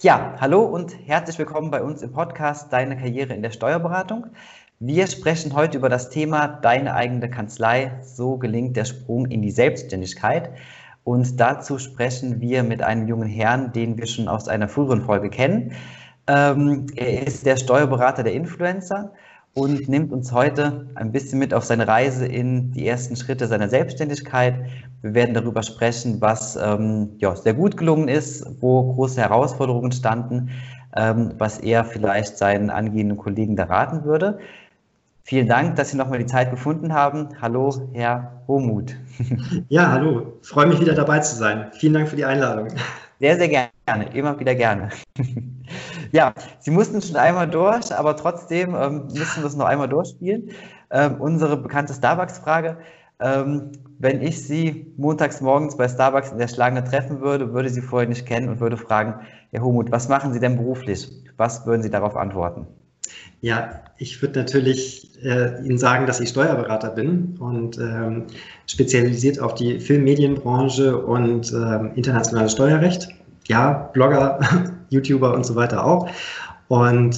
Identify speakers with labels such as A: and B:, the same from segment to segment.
A: Ja, hallo und herzlich willkommen bei uns im Podcast Deine Karriere in der Steuerberatung. Wir sprechen heute über das Thema Deine eigene Kanzlei, so gelingt der Sprung in die Selbstständigkeit. Und dazu sprechen wir mit einem jungen Herrn, den wir schon aus einer früheren Folge kennen. Er ist der Steuerberater der Influencer und nimmt uns heute ein bisschen mit auf seine Reise in die ersten Schritte seiner Selbstständigkeit. Wir werden darüber sprechen, was sehr gut gelungen ist, wo große Herausforderungen standen, was er vielleicht seinen angehenden Kollegen da raten würde. Vielen Dank, dass Sie nochmal die Zeit gefunden haben. Hallo, Herr Homuth.
B: Ja, hallo. Ich freue mich, wieder dabei zu sein. Vielen Dank für die Einladung.
A: Sehr, sehr gerne. Immer wieder gerne. Ja, Sie mussten schon einmal durch, aber trotzdem müssen wir es noch einmal durchspielen. Unsere bekannte Starbucks-Frage. Wenn ich Sie montags morgens bei Starbucks in der Schlange treffen würde, würde Sie vorher nicht kennen und würde fragen, Herr Homuth, was machen Sie denn beruflich? Was würden Sie darauf antworten?
B: Ja, ich würde natürlich Ihnen sagen, dass ich Steuerberater bin und spezialisiert auf die Film-Medienbranche und internationales Steuerrecht. Ja, Blogger, YouTuber und so weiter auch. Und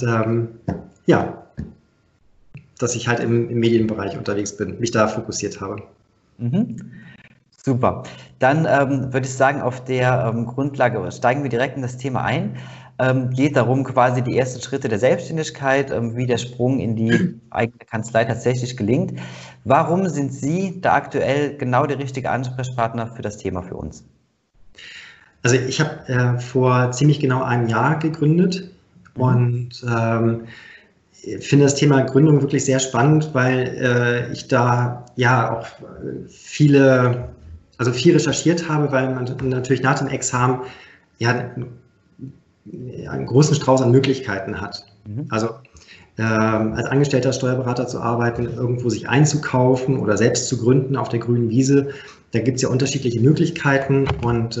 B: dass ich halt im Medienbereich unterwegs bin, mich da fokussiert habe.
A: Super. Dann würde ich sagen, auf der Grundlage steigen wir direkt in das Thema ein. Geht darum, quasi die ersten Schritte der Selbstständigkeit, wie der Sprung in die eigene Kanzlei tatsächlich gelingt. Warum sind Sie da aktuell genau der richtige Ansprechpartner für das Thema für uns?
B: Also ich habe vor ziemlich genau einem Jahr gegründet und finde das Thema Gründung wirklich sehr spannend, weil ich da ja auch viel recherchiert habe, weil man natürlich nach dem Examen ja einen großen Strauß an Möglichkeiten hat. Also als angestellter Steuerberater zu arbeiten, irgendwo sich einzukaufen oder selbst zu gründen auf der grünen Wiese, da gibt es ja unterschiedliche Möglichkeiten und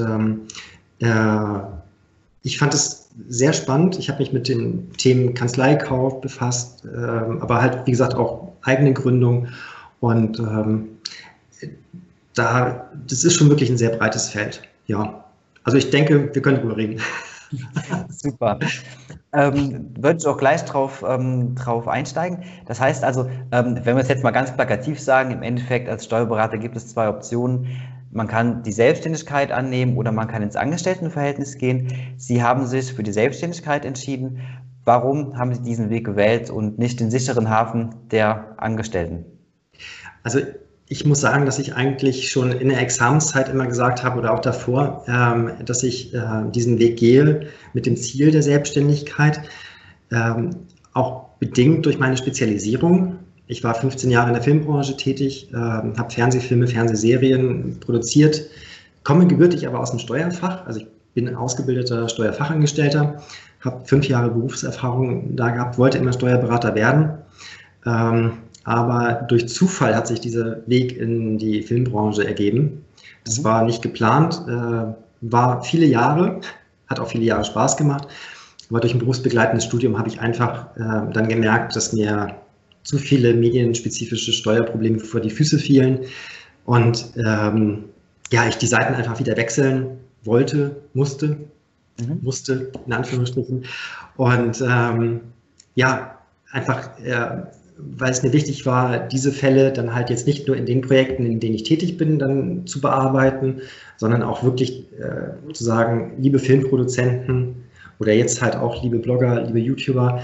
B: ich fand es sehr spannend. Ich habe mich mit den Themen Kanzleikauf befasst, aber halt, wie gesagt, auch eigene Gründung und das ist schon wirklich ein sehr breites Feld. Ja, also ich denke, wir können drüber reden.
A: Super. Würde ich auch gleich drauf einsteigen. Das heißt also, wenn wir es jetzt mal ganz plakativ sagen, im Endeffekt als Steuerberater gibt es zwei Optionen. Man kann die Selbstständigkeit annehmen oder man kann ins Angestelltenverhältnis gehen. Sie haben sich für die Selbstständigkeit entschieden. Warum haben Sie diesen Weg gewählt und nicht den sicheren Hafen der Angestellten?
B: Also ich muss sagen, dass ich eigentlich schon in der Examenszeit immer gesagt habe oder auch davor, dass ich diesen Weg gehe mit dem Ziel der Selbstständigkeit, auch bedingt durch meine Spezialisierung. Ich war 15 Jahre in der Filmbranche tätig, habe Fernsehfilme, Fernsehserien produziert, komme gebürtig aber aus dem Steuerfach. Also ich bin ein ausgebildeter Steuerfachangestellter, habe 5 Jahre Berufserfahrung da gehabt, wollte immer Steuerberater werden. Aber durch Zufall hat sich dieser Weg in die Filmbranche ergeben. Das war nicht geplant, war viele Jahre, hat auch viele Jahre Spaß gemacht. Aber durch ein berufsbegleitendes Studium habe ich einfach dann gemerkt, dass mir zu viele medienspezifische Steuerprobleme vor die Füße fielen und ich die Seiten einfach wieder wechseln wollte, musste in Anführungsstrichen und weil es mir wichtig war, diese Fälle dann halt jetzt nicht nur in den Projekten, in denen ich tätig bin, dann zu bearbeiten, sondern auch wirklich zu sagen, liebe Filmproduzenten oder jetzt halt auch liebe Blogger, liebe YouTuber,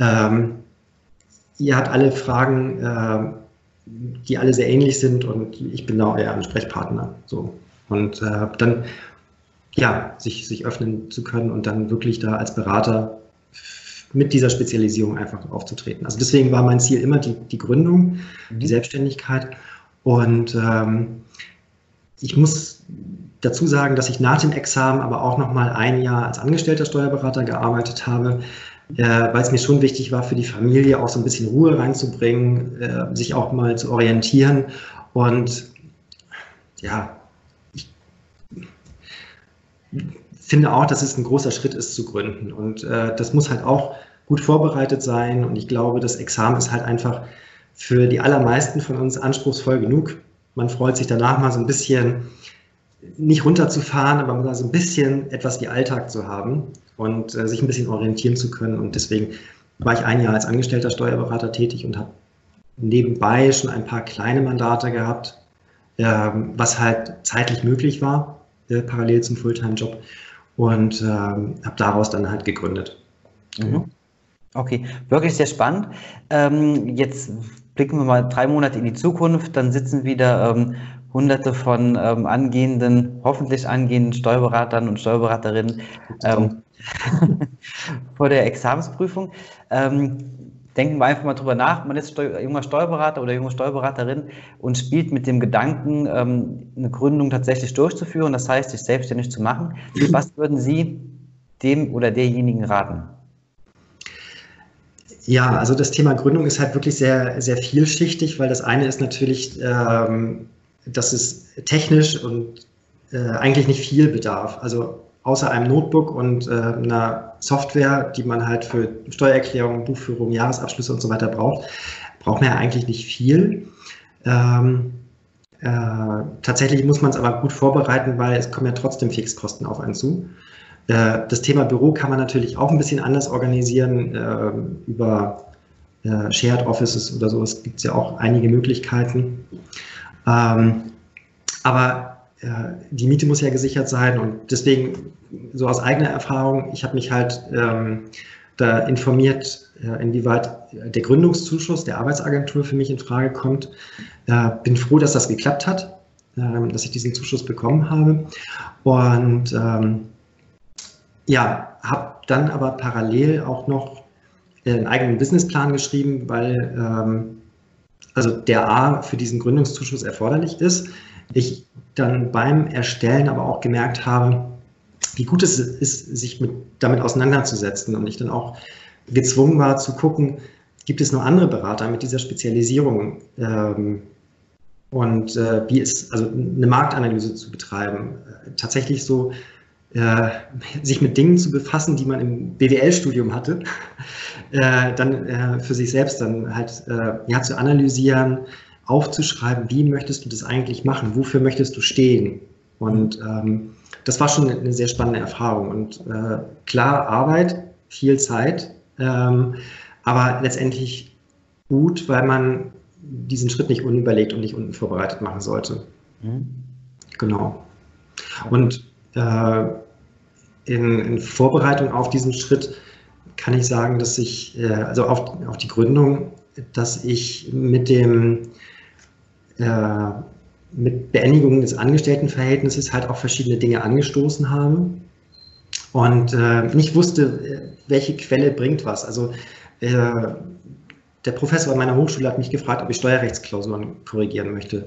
B: ihr habt alle Fragen, die alle sehr ähnlich sind und ich bin da euer Ansprechpartner. So. Und dann sich öffnen zu können und dann wirklich da als Berater mit dieser Spezialisierung einfach aufzutreten. Also deswegen war mein Ziel immer die Gründung, die Selbstständigkeit. Und ich muss dazu sagen, dass ich nach dem Examen aber auch noch mal ein Jahr als angestellter Steuerberater gearbeitet habe, weil es mir schon wichtig war, für die Familie auch so ein bisschen Ruhe reinzubringen, sich auch mal zu orientieren. Und ja, ich finde auch, dass es ein großer Schritt ist, zu gründen. Und das muss halt auch gut vorbereitet sein. Und ich glaube, das Examen ist halt einfach für die allermeisten von uns anspruchsvoll genug. Man freut sich danach mal so ein bisschen nicht runterzufahren, aber mal so ein bisschen etwas wie Alltag zu haben und sich ein bisschen orientieren zu können. Und deswegen war ich ein Jahr als angestellter Steuerberater tätig und habe nebenbei schon ein paar kleine Mandate gehabt, was halt zeitlich möglich war, parallel zum Fulltime-Job, und habe daraus dann halt gegründet.
A: Mhm. Okay, wirklich sehr spannend. Jetzt blicken wir mal 3 Monate in die Zukunft, dann sitzen wieder Hunderte von hoffentlich angehenden Steuerberatern und Steuerberaterinnen vor der Examensprüfung. Denken wir einfach mal drüber nach, man ist junger Steuerberater oder junge Steuerberaterin und spielt mit dem Gedanken, eine Gründung tatsächlich durchzuführen, das heißt, sich selbstständig zu machen. Was würden Sie dem oder derjenigen raten?
B: Ja, also das Thema Gründung ist halt wirklich sehr, sehr vielschichtig, weil das eine ist natürlich, dass es technisch und eigentlich nicht viel bedarf. Also außer einem Notebook und einer Software, die man halt für Steuererklärung, Buchführung, Jahresabschlüsse und so weiter braucht, braucht man ja eigentlich nicht viel. Tatsächlich muss man es aber gut vorbereiten, weil es kommen ja trotzdem Fixkosten auf einen zu. Das Thema Büro kann man natürlich auch ein bisschen anders organisieren, über Shared Offices oder so. Es gibt ja auch einige Möglichkeiten. Aber die Miete muss ja gesichert sein, und deswegen, so aus eigener Erfahrung, ich habe mich halt da informiert, inwieweit der Gründungszuschuss der Arbeitsagentur für mich in Frage kommt. Bin froh, dass das geklappt hat, dass ich diesen Zuschuss bekommen habe, und ja, habe dann aber parallel auch noch einen eigenen Businessplan geschrieben, weil also der A für diesen Gründungszuschuss erforderlich ist. Ich dann beim Erstellen aber auch gemerkt habe, wie gut es ist, sich damit auseinanderzusetzen, und ich dann auch gezwungen war zu gucken, gibt es noch andere Berater mit dieser Spezialisierung, und wie ist, also eine Marktanalyse zu betreiben, tatsächlich so sich mit Dingen zu befassen, die man im BWL-Studium hatte, dann für sich selbst dann halt ja, zu analysieren, aufzuschreiben, wie möchtest du das eigentlich machen, wofür möchtest du stehen. Und das war schon eine sehr spannende Erfahrung. Und klar, Arbeit, viel Zeit, aber letztendlich gut, weil man diesen Schritt nicht unüberlegt und nicht unvorbereitet machen sollte. Mhm. Genau. Und in Vorbereitung auf diesen Schritt kann ich sagen, dass ich, also auf die Gründung, dass ich mit Beendigung des Angestelltenverhältnisses halt auch verschiedene Dinge angestoßen habe und nicht wusste, welche Quelle bringt was. Also der Professor an meiner Hochschule hat mich gefragt, ob ich Steuerrechtsklausuren korrigieren möchte.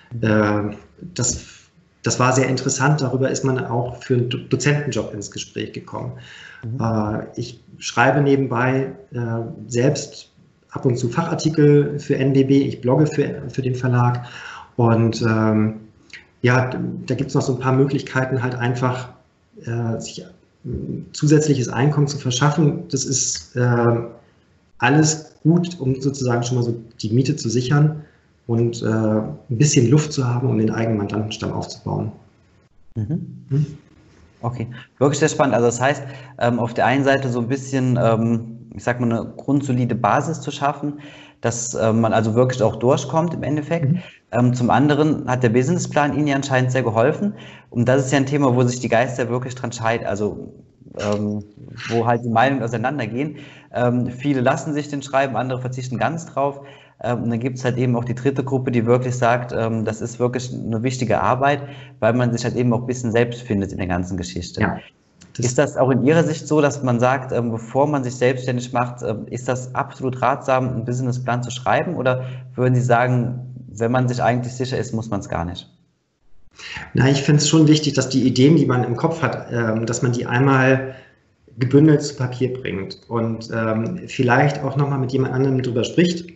B: Das war sehr interessant, darüber ist man auch für einen Dozentenjob ins Gespräch gekommen. Mhm. Ich schreibe nebenbei selbst ab und zu Fachartikel für NBB, ich blogge für den Verlag, und ja, da gibt es noch so ein paar Möglichkeiten, halt einfach sich zusätzliches Einkommen zu verschaffen. Das ist alles gut, um sozusagen schon mal so die Miete zu sichern und ein bisschen Luft zu haben, um den eigenen Mandantenstamm aufzubauen.
A: Mhm. Okay, wirklich sehr spannend. Also das heißt, auf der einen Seite so ein bisschen, ich sag mal, eine grundsolide Basis zu schaffen, dass man also wirklich auch durchkommt im Endeffekt. Mhm. Zum anderen hat der Businessplan Ihnen ja anscheinend sehr geholfen. Und das ist ja ein Thema, wo sich die Geister wirklich dran scheiden, also wo halt die Meinungen auseinandergehen. Viele lassen sich den schreiben, andere verzichten ganz drauf. Und dann gibt es halt eben auch die dritte Gruppe, die wirklich sagt, das ist wirklich eine wichtige Arbeit, weil man sich halt eben auch ein bisschen selbst findet in der ganzen Geschichte. Ja, ist das auch in Ihrer Sicht so, dass man sagt, bevor man sich selbstständig macht, ist das absolut ratsam, einen Businessplan zu schreiben? Oder würden Sie sagen, wenn man sich eigentlich sicher ist, muss man es gar nicht?
B: Na, ich finde es schon wichtig, dass die Ideen, die man im Kopf hat, dass man die einmal gebündelt zu Papier bringt und vielleicht auch nochmal mit jemand anderem drüber spricht,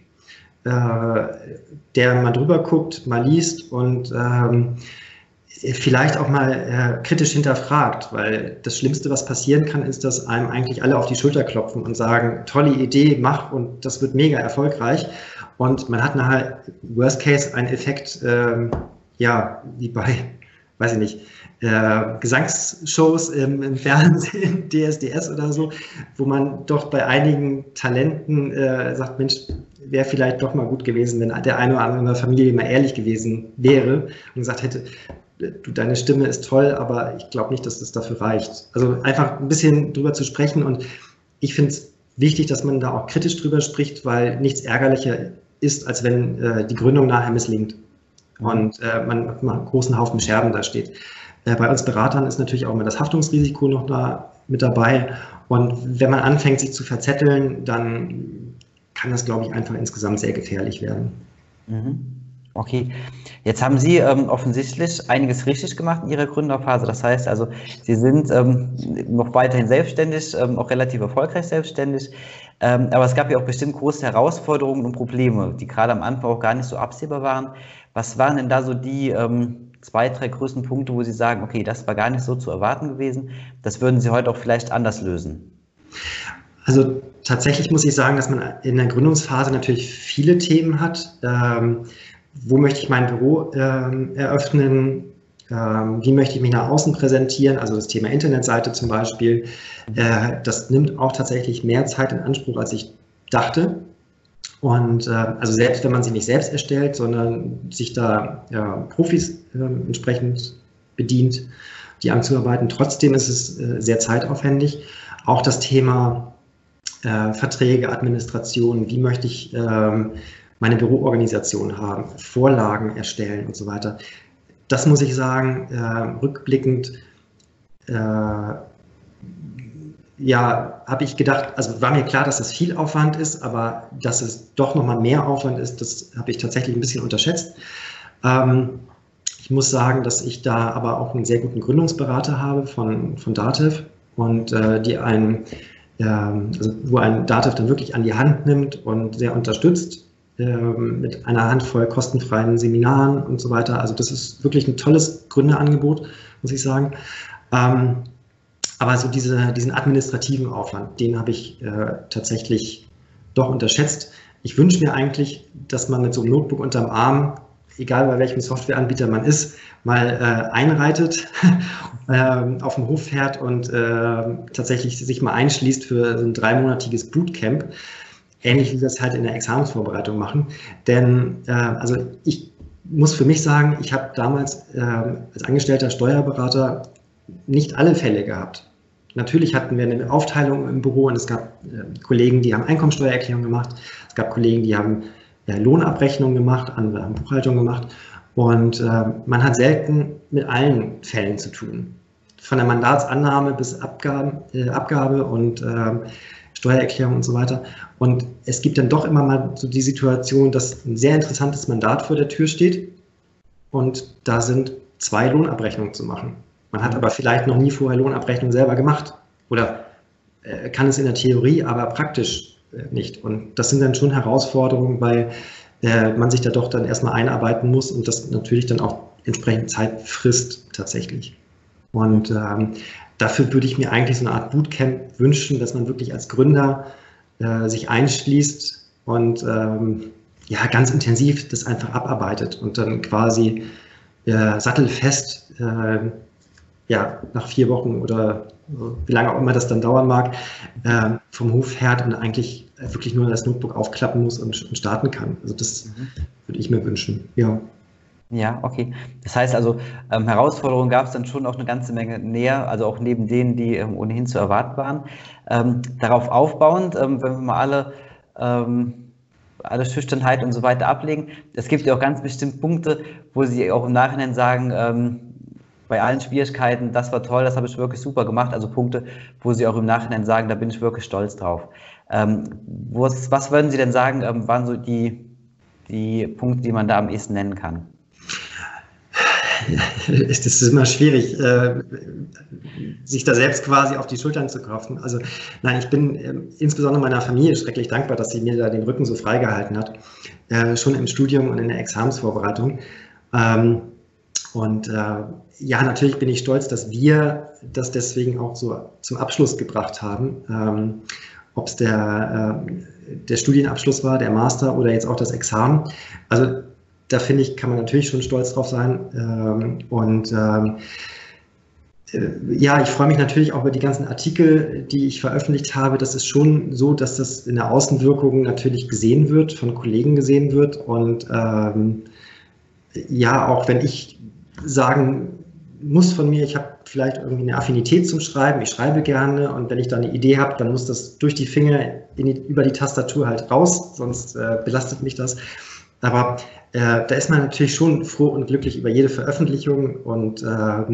B: der mal drüber guckt, mal liest und vielleicht auch mal kritisch hinterfragt, weil das Schlimmste, was passieren kann, ist, dass einem eigentlich alle auf die Schulter klopfen und sagen, tolle Idee, mach, und das wird mega erfolgreich, und man hat nachher Worst Case einen Effekt, ja, wie bei weiß ich nicht, Gesangsshows im Fernsehen, DSDS oder so, wo man doch bei einigen Talenten sagt, Mensch, wäre vielleicht doch mal gut gewesen, wenn der eine oder andere in der Familie mal ehrlich gewesen wäre und gesagt hätte, du, deine Stimme ist toll, aber ich glaube nicht, dass das dafür reicht. Also einfach ein bisschen drüber zu sprechen, und ich finde es wichtig, dass man da auch kritisch drüber spricht, weil nichts ärgerlicher ist, als wenn die Gründung nachher misslingt und man auf einem großen Haufen Scherben da steht. Bei uns Beratern ist natürlich auch immer das Haftungsrisiko noch da mit dabei, und wenn man anfängt, sich zu verzetteln, dann kann das, glaube ich, einfach insgesamt sehr gefährlich werden.
A: Okay, jetzt haben Sie offensichtlich einiges richtig gemacht in Ihrer Gründerphase. Das heißt also, Sie sind noch weiterhin selbstständig, auch relativ erfolgreich selbstständig. Aber es gab ja auch bestimmt große Herausforderungen und Probleme, die gerade am Anfang auch gar nicht so absehbar waren. Was waren denn da so die 2, 3 größten Punkte, wo Sie sagen, okay, das war gar nicht so zu erwarten gewesen, das würden Sie heute auch vielleicht anders lösen?
B: Also tatsächlich muss ich sagen, dass man in der Gründungsphase natürlich viele Themen hat. Wo möchte ich mein Büro eröffnen? Wie möchte ich mich nach außen präsentieren? Also das Thema Internetseite zum Beispiel. Das nimmt auch tatsächlich mehr Zeit in Anspruch, als ich dachte. Und also selbst wenn man sie nicht selbst erstellt, sondern sich da Profis entsprechend bedient, die anzuarbeiten, trotzdem ist es sehr zeitaufwendig. Auch das Thema Verträge, Administration, wie möchte ich meine Büroorganisation haben, Vorlagen erstellen und so weiter. Das muss ich sagen, rückblickend, ja, habe ich gedacht, also war mir klar, dass das viel Aufwand ist, aber dass es doch nochmal mehr Aufwand ist, das habe ich tatsächlich ein bisschen unterschätzt. Ich muss sagen, dass ich da aber auch einen sehr guten Gründungsberater habe von DATEV, und die also wo ein DATEV dann wirklich an die Hand nimmt und sehr unterstützt, mit einer Handvoll kostenfreien Seminaren und so weiter. Also das ist wirklich ein tolles Gründerangebot, muss ich sagen. Aber so diesen administrativen Aufwand, den habe ich tatsächlich doch unterschätzt. Ich wünsche mir eigentlich, dass man mit so einem Notebook unterm Arm, egal bei welchem Softwareanbieter man ist, mal einreitet, auf den Hof fährt und tatsächlich sich mal einschließt für so ein 3-monatiges Bootcamp. Ähnlich wie wir es halt in der Examensvorbereitung machen. Denn also ich muss für mich sagen, ich habe damals als angestellter Steuerberater nicht alle Fälle gehabt. Natürlich hatten wir eine Aufteilung im Büro, und es gab Kollegen, die haben Einkommensteuererklärung gemacht, es gab Kollegen, die haben Lohnabrechnung gemacht, andere haben Buchhaltung gemacht, und man hat selten mit allen Fällen zu tun. Von der Mandatsannahme bis Abgabe und Steuererklärung und so weiter. Und es gibt dann doch immer mal so die Situation, dass ein sehr interessantes Mandat vor der Tür steht und da sind 2 Lohnabrechnungen zu machen. Man hat aber vielleicht noch nie vorher Lohnabrechnung selber gemacht oder kann es in der Theorie, aber praktisch nicht. Und das sind dann schon Herausforderungen, weil man sich da doch dann erstmal einarbeiten muss und das natürlich dann auch entsprechend Zeit frisst tatsächlich. Und dafür würde ich mir eigentlich so eine Art Bootcamp wünschen, dass man wirklich als Gründer sich einschließt und ja, ganz intensiv das einfach abarbeitet und dann quasi sattelfest ja, nach 4 Wochen oder wie lange auch immer das dann dauern mag, vom Hof fährt und eigentlich wirklich nur das Notebook aufklappen muss und starten kann. Also das würde ich mir wünschen, ja.
A: Ja, okay. Das heißt also, Herausforderungen gab es dann schon auch eine ganze Menge näher, also auch neben denen, die ohnehin zu erwarten waren. Darauf aufbauend, wenn wir mal alle Schüchternheit und so weiter ablegen, es gibt ja auch ganz bestimmt Punkte, wo Sie auch im Nachhinein sagen, bei allen Schwierigkeiten, das war toll, das habe ich wirklich super gemacht, also Punkte, wo Sie auch im Nachhinein sagen, da bin ich wirklich stolz drauf. Was würden Sie denn sagen, waren so die Punkte, die man da am ehesten nennen kann?
B: Es ist immer schwierig, sich da selbst quasi auf die Schultern zu klopfen. Also nein, ich bin insbesondere meiner Familie schrecklich dankbar, dass sie mir da den Rücken so freigehalten hat, schon im Studium und in der Examensvorbereitung. Ja, natürlich bin ich stolz, dass wir das deswegen auch so zum Abschluss gebracht haben. Ob es der Studienabschluss war, der Master oder jetzt auch das Examen. Also da finde ich, kann man natürlich schon stolz drauf sein. Ja, ich freue mich natürlich auch über die ganzen Artikel, die ich veröffentlicht habe. Das ist schon so, dass das in der Außenwirkung natürlich gesehen wird, von Kollegen gesehen wird. Und ja, auch wenn ich sagen muss von mir, ich habe vielleicht irgendwie eine Affinität zum Schreiben, ich schreibe gerne und wenn ich da eine Idee habe, dann muss das durch die Finger über die Tastatur halt raus, sonst belastet mich das. Aber da ist man natürlich schon froh und glücklich über jede Veröffentlichung und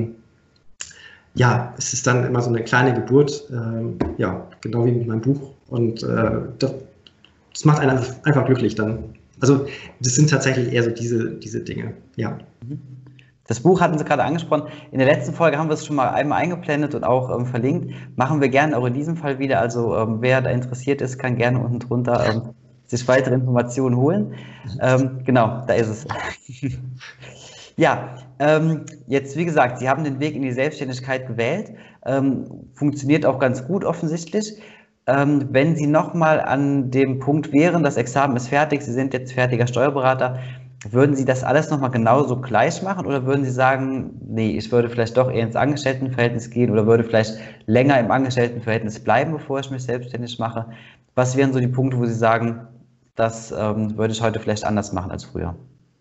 B: ja, es ist dann immer so eine kleine Geburt, ja, genau wie mit meinem Buch und das macht einen einfach glücklich dann. Also das sind tatsächlich eher so diese Dinge, ja.
A: Das Buch hatten Sie gerade angesprochen. In der letzten Folge haben wir es schon mal einmal eingeblendet und auch verlinkt. Machen wir gerne auch in diesem Fall wieder. Also wer da interessiert ist, kann gerne unten drunter sich weitere Informationen holen. Genau, da ist es. Ja, jetzt wie gesagt, Sie haben den Weg in die Selbstständigkeit gewählt. Funktioniert auch ganz gut offensichtlich. Wenn Sie nochmal an dem Punkt wären, das Examen ist fertig, Sie sind jetzt fertiger Steuerberater, würden Sie das alles nochmal genauso gleich machen oder würden Sie sagen, nee, ich würde vielleicht doch eher ins Angestelltenverhältnis gehen oder würde vielleicht länger im Angestelltenverhältnis bleiben, bevor ich mich selbstständig mache? Was wären so die Punkte, wo Sie sagen, das würde ich heute vielleicht anders machen als früher?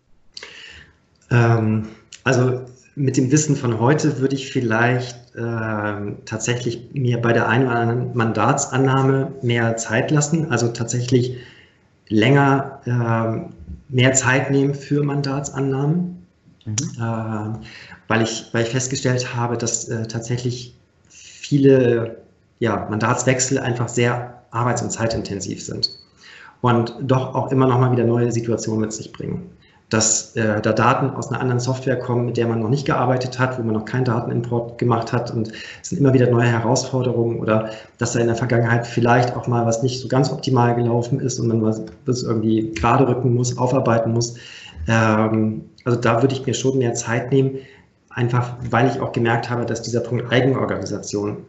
B: Also mit dem Wissen von heute würde ich vielleicht tatsächlich mir bei der einen oder anderen Mandatsannahme mehr Zeit lassen, also tatsächlich länger mehr Zeit nehmen für Mandatsannahmen, weil ich festgestellt habe, dass tatsächlich viele Mandatswechsel einfach sehr arbeits- und zeitintensiv sind und doch auch immer noch mal wieder neue Situationen mit sich bringen. Dass da Daten aus einer anderen Software kommen, mit der man noch nicht gearbeitet hat, wo man noch keinen Datenimport gemacht hat und es sind immer wieder neue Herausforderungen oder dass da in der Vergangenheit vielleicht auch mal was nicht so ganz optimal gelaufen ist und man was irgendwie gerade rücken muss, aufarbeiten muss. Also da würde ich mir schon mehr Zeit nehmen, einfach weil ich auch gemerkt habe, dass dieser Punkt Eigenorganisation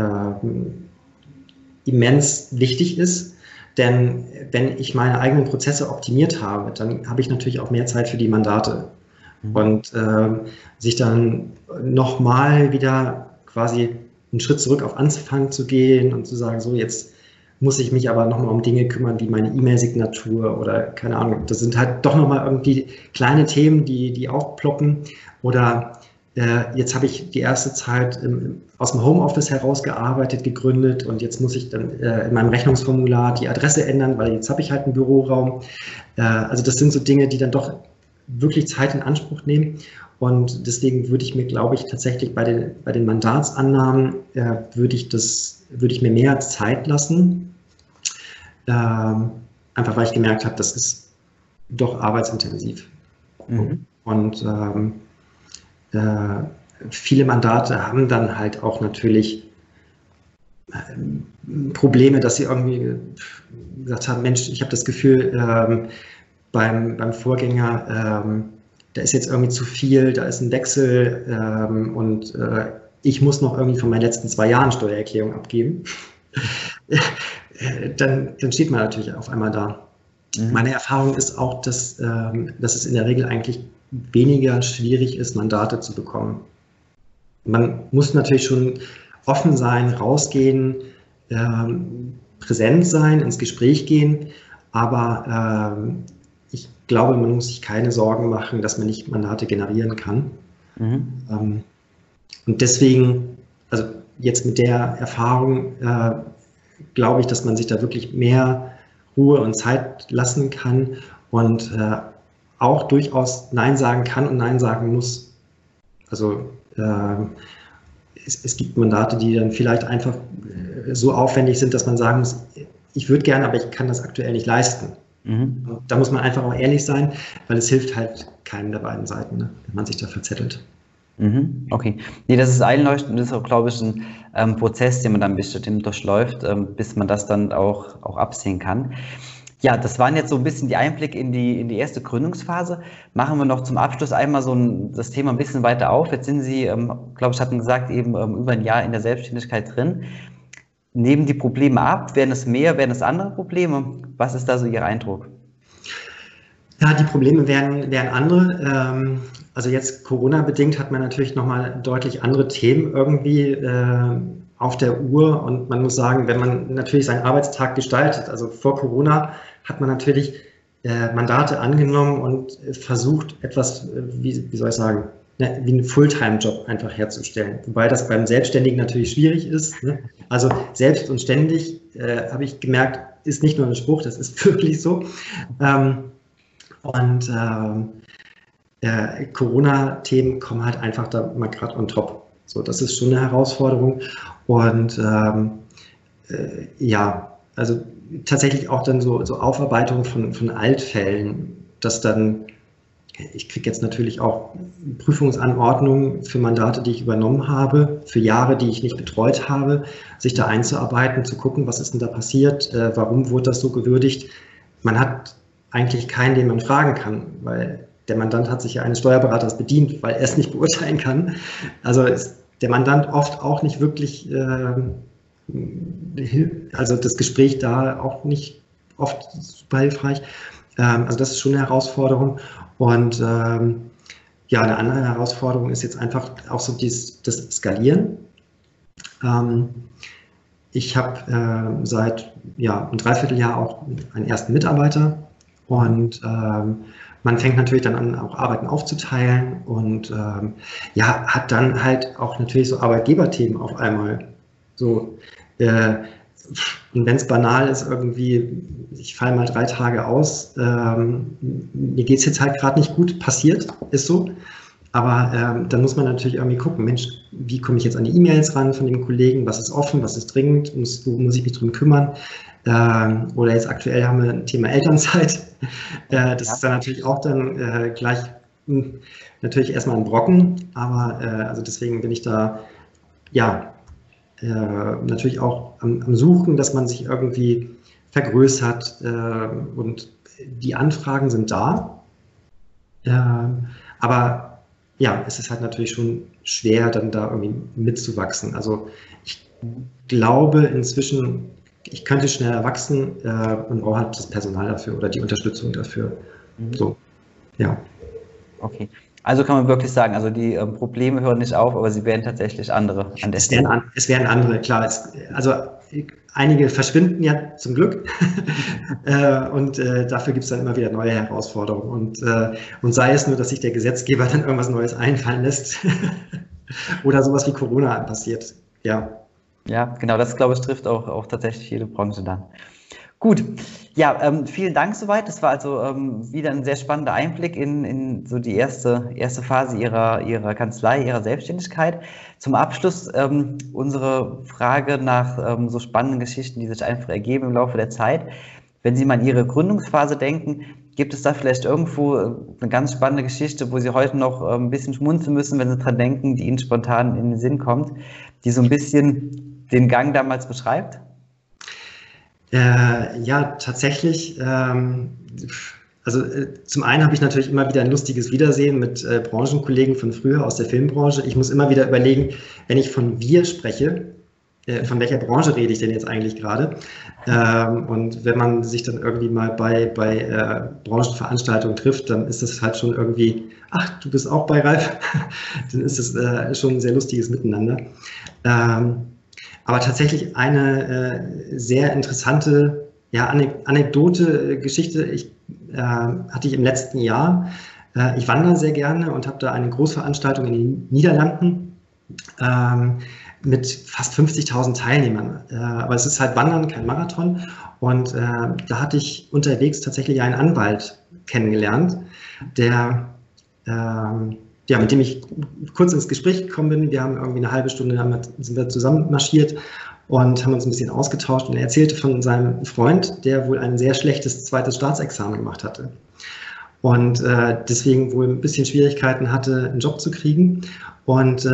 B: immens wichtig ist. Denn wenn ich meine eigenen Prozesse optimiert habe, dann habe ich natürlich auch mehr Zeit für die Mandate. Und sich dann nochmal wieder quasi einen Schritt zurück auf Anfang zu gehen und zu sagen, so jetzt muss ich mich aber nochmal um Dinge kümmern, wie meine E-Mail-Signatur oder keine Ahnung. Das sind halt doch nochmal irgendwie kleine Themen, die aufploppen. Oder jetzt habe ich die erste Zeit aus dem Homeoffice herausgearbeitet, gegründet und jetzt muss ich dann in meinem Rechnungsformular die Adresse ändern, weil jetzt habe ich halt einen Büroraum. Also das sind so Dinge, die dann doch wirklich Zeit in Anspruch nehmen und deswegen würde ich mir, glaube ich, tatsächlich bei den Mandatsannahmen würde ich mir mehr Zeit lassen, einfach weil ich gemerkt habe, das ist doch arbeitsintensiv. Und viele Mandate haben dann halt auch natürlich Probleme, dass sie irgendwie gesagt haben, Mensch, ich habe das Gefühl, beim Vorgänger, da ist jetzt irgendwie zu viel, da ist ein Wechsel und ich muss noch irgendwie von meinen letzten 2 Jahren Steuererklärung abgeben. Dann steht man natürlich auf einmal da. Meine Erfahrung ist auch, dass es in der Regel eigentlich weniger schwierig ist, Mandate zu bekommen. Man muss natürlich schon offen sein, rausgehen, präsent sein, ins Gespräch gehen, aber ich glaube, man muss sich keine Sorgen machen, dass man nicht Mandate generieren kann. Und deswegen, also jetzt mit der Erfahrung, glaube ich, dass man sich da wirklich mehr Ruhe und Zeit lassen kann und auch durchaus Nein sagen kann und Nein sagen muss. Also es gibt Mandate, die dann vielleicht einfach so aufwendig sind, dass man sagen muss, ich würde gerne, aber ich kann das aktuell nicht leisten. Da muss man einfach auch ehrlich sein, weil es hilft halt keinem der beiden Seiten, ne, wenn man sich da verzettelt.
A: Okay. Nee, das ist einleuchtend, das ist auch, glaube ich, ein Prozess, den man dann bestimmt durchläuft, bis man das dann auch absehen kann. Ja, das waren jetzt so ein bisschen die Einblicke in die erste Gründungsphase. Machen wir noch zum Abschluss einmal das Thema ein bisschen weiter auf. Jetzt sind Sie, glaube ich, hatten gesagt, eben über ein Jahr in der Selbstständigkeit drin. Nehmen die Probleme ab? Werden es mehr? Werden es andere Probleme? Was ist da so Ihr Eindruck?
B: Ja, die Probleme wären andere. Also jetzt Corona-bedingt hat man natürlich nochmal deutlich andere Themen irgendwie auf der Uhr. Und man muss sagen, wenn man natürlich seinen Arbeitstag gestaltet, also vor Corona hat man natürlich Mandate angenommen und versucht, etwas, wie soll ich sagen, ne, wie einen Fulltime-Job einfach herzustellen. Wobei das beim Selbstständigen natürlich schwierig ist. Ne? Also selbst und ständig, habe ich gemerkt, ist nicht nur ein Spruch, das ist wirklich so. Corona-Themen kommen halt einfach da mal gerade on top. So, das ist schon eine Herausforderung. Und ja, also tatsächlich auch dann so Aufarbeitung von Altfällen, dass dann, ich kriege jetzt natürlich auch Prüfungsanordnungen für Mandate, die ich übernommen habe, für Jahre, die ich nicht betreut habe, sich da einzuarbeiten, zu gucken, was ist denn da passiert, warum wurde das so gewürdigt. Man hat eigentlich keinen, den man fragen kann, weil der Mandant hat sich ja eines Steuerberaters bedient, weil er es nicht beurteilen kann. Also ist der Mandant oft auch nicht wirklich, also das Gespräch da auch nicht oft super hilfreich. Also das ist schon eine Herausforderung. Und ja, eine andere Herausforderung ist jetzt einfach auch so das Skalieren. Ich habe seit einem Dreivierteljahr auch einen ersten Mitarbeiter. Und man fängt natürlich dann an, auch Arbeiten aufzuteilen und ja, hat dann halt auch natürlich so Arbeitgeberthemen auf einmal. So, und wenn es banal ist, irgendwie, ich falle mal 3 Tage aus, mir geht es jetzt halt gerade nicht gut, passiert, ist so. Aber dann muss man natürlich irgendwie gucken, Mensch, wie komme ich jetzt an die E-Mails ran von den Kollegen, was ist offen, was ist dringend, wo muss ich mich drum kümmern? Oder jetzt aktuell haben wir ein Thema Elternzeit. Das ist dann natürlich auch dann gleich natürlich erstmal ein Brocken, aber also deswegen bin ich da ja natürlich auch am Suchen, dass man sich irgendwie vergrößert und die Anfragen sind da. Aber ja, es ist halt natürlich schon schwer, dann da irgendwie mitzuwachsen. Also ich glaube inzwischen, ich könnte schneller wachsen und brauche halt das Personal dafür oder die Unterstützung dafür. So, ja.
A: Okay. Also kann man wirklich sagen, also die Probleme hören nicht auf, aber sie werden tatsächlich andere an der Stelle.
B: Es werden andere, klar. Also einige verschwinden ja zum Glück und dafür gibt es dann immer wieder neue Herausforderungen. Und sei es nur, dass sich der Gesetzgeber dann irgendwas Neues einfallen lässt oder sowas wie Corona passiert. Ja.
A: Ja, genau, das glaube ich trifft auch tatsächlich jede Branche dann. Gut, ja, vielen Dank soweit. Das war also wieder ein sehr spannender Einblick in so die erste Phase Ihrer Kanzlei, Ihrer Selbstständigkeit. Zum Abschluss unsere Frage nach so spannenden Geschichten, die sich einfach ergeben im Laufe der Zeit. Wenn Sie mal an Ihre Gründungsphase denken, gibt es da vielleicht irgendwo eine ganz spannende Geschichte, wo Sie heute noch ein bisschen schmunzeln müssen, wenn Sie dran denken, die Ihnen spontan in den Sinn kommt, die so ein bisschen den Gang damals beschreibt?
B: Ja, tatsächlich. Also zum einen habe ich natürlich immer wieder ein lustiges Wiedersehen mit Branchenkollegen von früher aus der Filmbranche. Ich muss immer wieder überlegen, wenn ich von wir spreche, von welcher Branche rede ich denn jetzt eigentlich gerade? Und wenn man sich dann irgendwie mal bei Branchenveranstaltungen trifft, dann ist das halt schon irgendwie, ach, du bist auch bei Ralf? Dann ist das schon ein sehr lustiges Miteinander. Aber tatsächlich eine sehr interessante Anekdote, Geschichte hatte ich im letzten Jahr. Ich wandere sehr gerne und habe da eine Großveranstaltung in den Niederlanden mit fast 50.000 Teilnehmern. Aber es ist halt Wandern, kein Marathon. Und da hatte ich unterwegs tatsächlich einen Anwalt kennengelernt, der mit dem ich kurz ins Gespräch gekommen bin. Wir haben irgendwie eine halbe Stunde sind wir zusammen marschiert und haben uns ein bisschen ausgetauscht. Und er erzählte von seinem Freund, der wohl ein sehr schlechtes zweites Staatsexamen gemacht hatte. Und deswegen wohl ein bisschen Schwierigkeiten hatte, einen Job zu kriegen. Und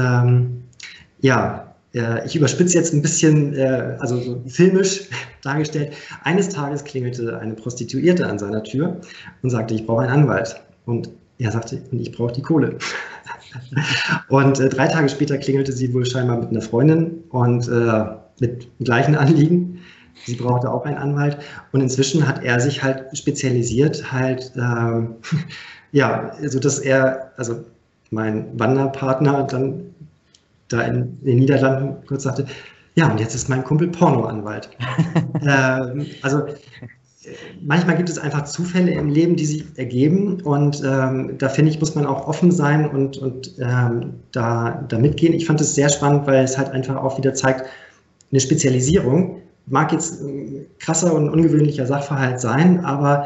B: ich überspitze jetzt ein bisschen, also so filmisch dargestellt. Eines Tages klingelte eine Prostituierte an seiner Tür und sagte, ich brauche einen Anwalt. Und er sagte, ich brauche die Kohle. Und 3 Tage später klingelte sie wohl scheinbar mit einer Freundin und mit dem gleichen Anliegen. Sie brauchte auch einen Anwalt. Und inzwischen hat er sich halt spezialisiert, halt, ja, so dass er, also mein Wanderpartner dann da in den Niederlanden kurz sagte, ja, und jetzt ist mein Kumpel Pornoanwalt. Also manchmal gibt es einfach Zufälle im Leben, die sich ergeben und da finde ich, muss man auch offen sein und da mitgehen. Ich fand es sehr spannend, weil es halt einfach auch wieder zeigt, eine Spezialisierung mag jetzt ein krasser und ungewöhnlicher Sachverhalt sein, aber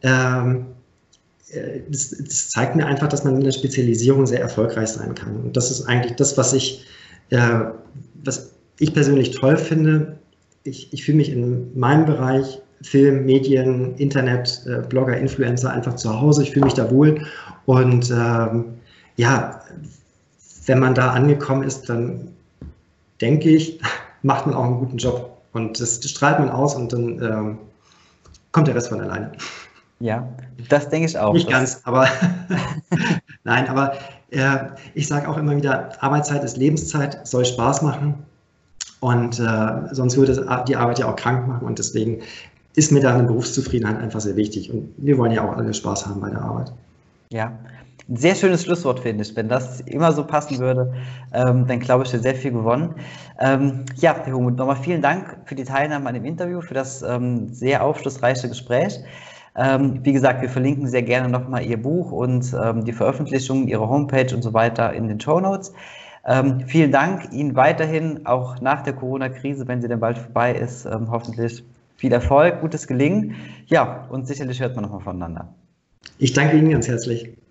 B: das zeigt mir einfach, dass man in der Spezialisierung sehr erfolgreich sein kann. Und das ist eigentlich das, was ich persönlich toll finde. Ich fühle mich in meinem Bereich Film, Medien, Internet, Blogger, Influencer einfach zu Hause. Ich fühle mich da wohl. Und ja, wenn man da angekommen ist, dann denke ich, macht man auch einen guten Job. Und das strahlt man aus und dann kommt der Rest von alleine.
A: Ja, das denke ich auch.
B: Nicht ganz, aber nein, aber ich sage auch immer wieder, Arbeitszeit ist Lebenszeit, soll Spaß machen. Und sonst würde die Arbeit ja auch krank machen. Und deswegen ist mir da eine Berufszufriedenheit einfach sehr wichtig. Und wir wollen ja auch alle Spaß haben bei der Arbeit.
A: Ja, ein sehr schönes Schlusswort, finde ich. Wenn das immer so passen würde, dann glaube ich, wäre sehr viel gewonnen. Ja, Herr Hummuth, nochmal vielen Dank für die Teilnahme an dem Interview, für das sehr aufschlussreiche Gespräch. Wie gesagt, wir verlinken sehr gerne nochmal Ihr Buch und die Veröffentlichung, Ihre Homepage und so weiter in den Shownotes. Vielen Dank Ihnen weiterhin, auch nach der Corona-Krise, wenn sie dann bald vorbei ist, hoffentlich viel Erfolg, gutes Gelingen. Ja, und sicherlich hört man nochmal voneinander.
B: Ich danke Ihnen ganz herzlich.